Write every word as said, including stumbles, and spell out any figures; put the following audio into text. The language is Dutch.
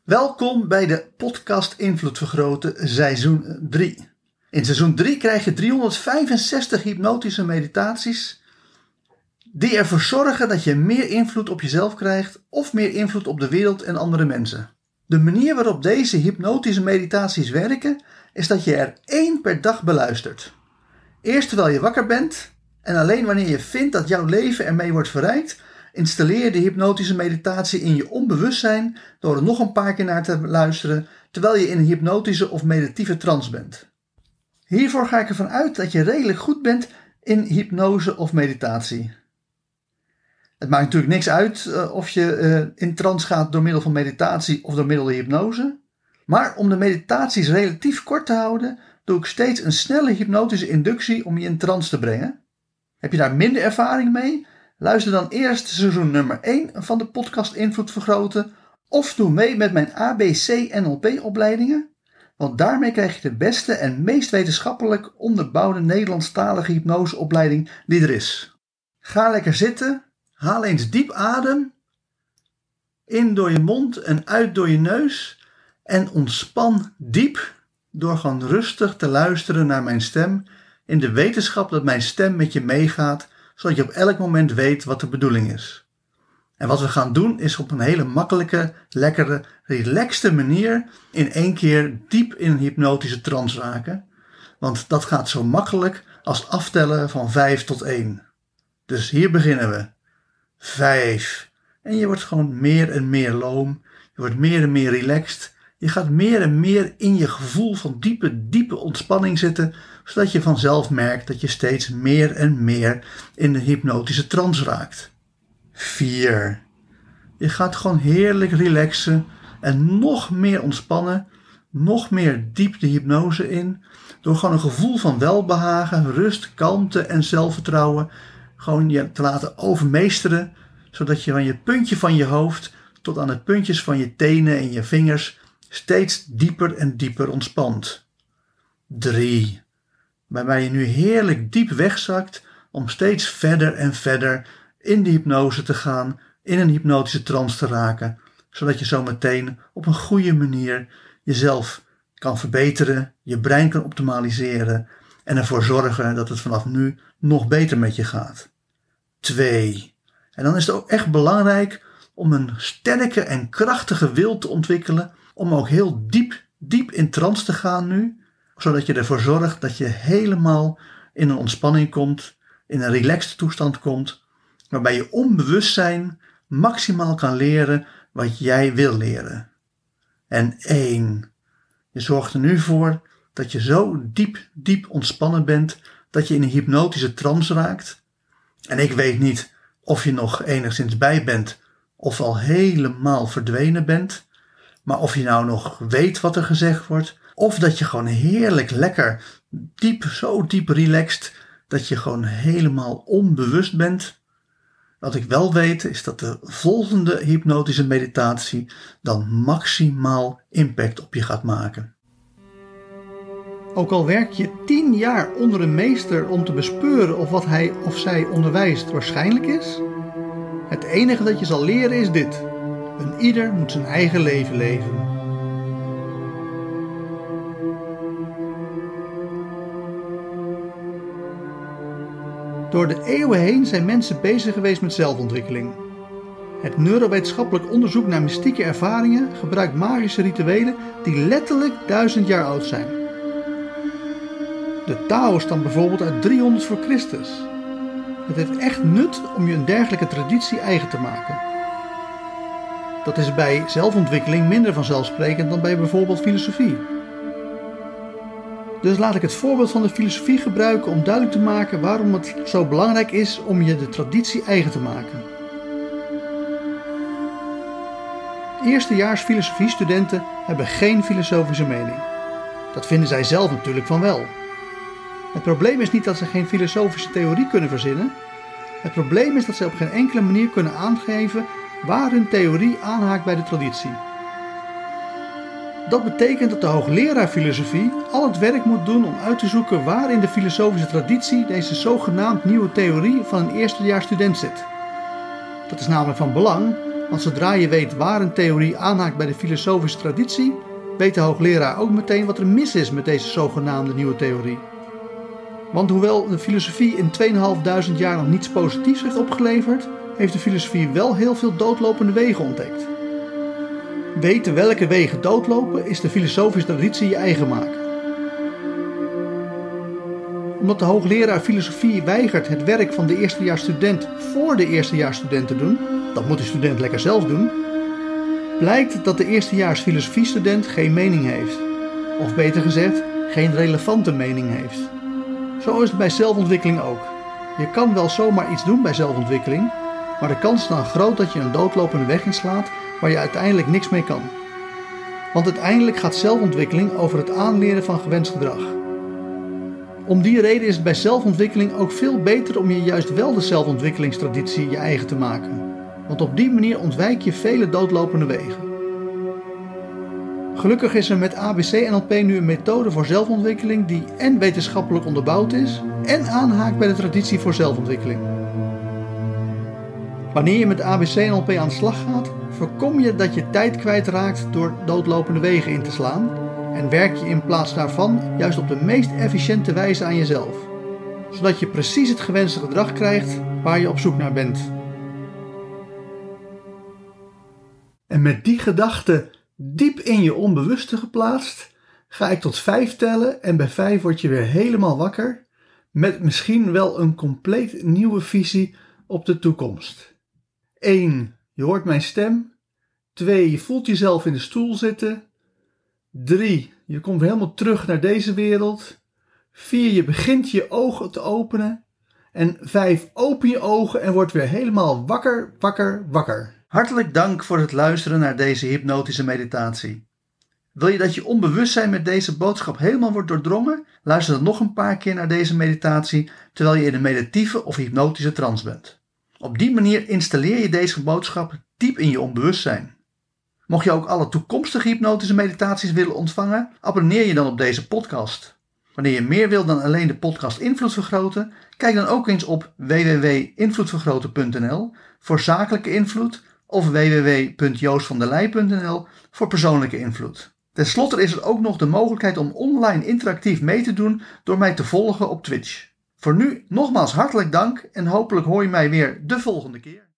Welkom bij de podcast Invloed Vergroten seizoen drie. In seizoen drie krijg je driehonderdvijfenzestig hypnotische meditaties die ervoor zorgen dat je meer invloed op jezelf krijgt of meer invloed op de wereld en andere mensen. De manier waarop deze hypnotische meditaties werken is dat je er één per dag beluistert. Eerst terwijl je wakker bent en alleen wanneer je vindt dat jouw leven ermee wordt verrijkt, installeer je de hypnotische meditatie in je onbewustzijn door er nog een paar keer naar te luisteren terwijl je in een hypnotische of meditatieve trance bent. Hiervoor ga ik ervan uit dat je redelijk goed bent in hypnose of meditatie. Het maakt natuurlijk niks uit uh, of je uh, in trance gaat door middel van meditatie of door middel van hypnose. Maar om de meditaties relatief kort te houden, doe ik steeds een snelle hypnotische inductie om je in trance te brengen. Heb je daar minder ervaring mee? Luister dan eerst seizoen nummer één van de podcast Invloed Vergroten of doe mee met mijn A B C N L P opleidingen, want daarmee krijg je de beste en meest wetenschappelijk onderbouwde Nederlandstalige hypnoseopleiding die er is. Ga lekker zitten, haal eens diep adem, in door je mond en uit door je neus en ontspan diep door gewoon rustig te luisteren naar mijn stem in de wetenschap dat mijn stem met je meegaat, zodat je op elk moment weet wat de bedoeling is. En wat we gaan doen is op een hele makkelijke, lekkere, relaxte manier in één keer diep in een hypnotische trance raken. Want dat gaat zo makkelijk als aftellen van vijf tot één. Dus hier beginnen we. Vijf. En je wordt gewoon meer en meer loom. Je wordt meer en meer relaxed. Je gaat meer en meer in je gevoel van diepe, diepe ontspanning zitten, zodat je vanzelf merkt dat je steeds meer en meer in de hypnotische trance raakt. Vier. Je gaat gewoon heerlijk relaxen en nog meer ontspannen, nog meer diep de hypnose in, door gewoon een gevoel van welbehagen, rust, kalmte en zelfvertrouwen gewoon je te laten overmeesteren, zodat je van je puntje van je hoofd tot aan de puntjes van je tenen en je vingers steeds dieper en dieper ontspant. Drie. Waarbij je nu heerlijk diep wegzakt om steeds verder en verder in de hypnose te gaan, in een hypnotische trance te raken, zodat je zo meteen op een goede manier jezelf kan verbeteren, je brein kan optimaliseren en ervoor zorgen dat het vanaf nu nog beter met je gaat. Twee. En dan is het ook echt belangrijk om een sterke en krachtige wil te ontwikkelen, om ook heel diep, diep in trance te gaan nu, zodat je ervoor zorgt dat je helemaal in een ontspanning komt, in een relaxed toestand komt, waarbij je onbewustzijn maximaal kan leren wat jij wil leren. En één. Je zorgt er nu voor dat je zo diep, diep ontspannen bent, dat je in een hypnotische trance raakt. En ik weet niet of je nog enigszins bij bent, of al helemaal verdwenen bent, maar of je nou nog weet wat er gezegd wordt, of dat je gewoon heerlijk lekker diep, zo diep relaxed, dat je gewoon helemaal onbewust bent. Wat ik wel weet is dat de volgende hypnotische meditatie dan maximaal impact op je gaat maken. Ook al werk je tien jaar onder een meester om te bespeuren of wat hij of zij onderwijst waarschijnlijk is, het enige dat je zal leren is dit: een ieder moet zijn eigen leven leven. Door de eeuwen heen zijn mensen bezig geweest met zelfontwikkeling. Het neurowetenschappelijk onderzoek naar mystieke ervaringen gebruikt magische rituelen die letterlijk duizend jaar oud zijn. De Tao stamt bijvoorbeeld uit driehonderd voor Christus. Het heeft echt nut om je een dergelijke traditie eigen te maken. Dat is bij zelfontwikkeling minder vanzelfsprekend dan bij bijvoorbeeld filosofie. Dus laat ik het voorbeeld van de filosofie gebruiken om duidelijk te maken waarom het zo belangrijk is om je de traditie eigen te maken. Eerstejaars filosofiestudenten hebben geen filosofische mening. Dat vinden zij zelf natuurlijk van wel. Het probleem is niet dat ze geen filosofische theorie kunnen verzinnen. Het probleem is dat ze op geen enkele manier kunnen aangeven waar hun theorie aanhaakt bij de traditie. Dat betekent dat de hoogleraar filosofie al het werk moet doen om uit te zoeken waar in de filosofische traditie deze zogenaamd nieuwe theorie van een eerstejaarsstudent zit. Dat is namelijk van belang, Want zodra je weet waar een theorie aanhaakt bij de filosofische traditie, weet de hoogleraar ook meteen wat er mis is met deze zogenaamde nieuwe theorie. Want hoewel de filosofie in tweeduizend jaar nog niets positiefs heeft opgeleverd, heeft de filosofie wel heel veel doodlopende wegen ontdekt. Weten welke wegen doodlopen is de filosofische traditie je eigen maken. Omdat de hoogleraar filosofie weigert het werk van de eerstejaarsstudent voor de eerstejaarsstudent te doen, dat moet de student lekker zelf doen, blijkt dat de eerstejaars filosofiestudent geen mening heeft. Of beter gezegd, geen relevante mening heeft. Zo is het bij zelfontwikkeling ook. Je kan wel zomaar iets doen bij zelfontwikkeling, maar de kans is dan groot dat je een doodlopende weg inslaat waar je uiteindelijk niks mee kan. Want uiteindelijk gaat zelfontwikkeling over het aanleren van gewenst gedrag. Om die reden is het bij zelfontwikkeling ook veel beter om je juist wel de zelfontwikkelingstraditie je eigen te maken. Want op die manier ontwijk je vele doodlopende wegen. Gelukkig is er met A B C N L P nu een methode voor zelfontwikkeling die en wetenschappelijk onderbouwd is en aanhaakt bij de traditie voor zelfontwikkeling. Wanneer je met A B C N L P aan de slag gaat, voorkom je dat je tijd kwijtraakt door doodlopende wegen in te slaan en werk je in plaats daarvan juist op de meest efficiënte wijze aan jezelf, zodat je precies het gewenste gedrag krijgt waar je op zoek naar bent. En met die gedachte diep in je onbewuste geplaatst, ga ik tot vijf tellen en bij vijf word je weer helemaal wakker met misschien wel een compleet nieuwe visie op de toekomst. één. Je hoort mijn stem. twee. Je voelt jezelf in de stoel zitten. drie. Je komt weer helemaal terug naar deze wereld. vier. Je begint je ogen te openen. En vijf. Open je ogen en word weer helemaal wakker, wakker, wakker. Hartelijk dank voor het luisteren naar deze hypnotische meditatie. Wil je dat je onbewustzijn met deze boodschap helemaal wordt doordrongen? Luister dan nog een paar keer naar deze meditatie terwijl je in een meditatieve of hypnotische trance bent. Op die manier installeer je deze boodschap diep in je onbewustzijn. Mocht je ook alle toekomstige hypnotische meditaties willen ontvangen, abonneer je dan op deze podcast. Wanneer je meer wilt dan alleen de podcast Invloed Vergroten, kijk dan ook eens op w w w punt invloed vergroten punt n l voor zakelijke invloed of w w w punt joost van der leij punt n l voor persoonlijke invloed. Ten slotte is er ook nog de mogelijkheid om online interactief mee te doen door mij te volgen op Twitch. Voor nu nogmaals hartelijk dank en hopelijk hoor je mij weer de volgende keer.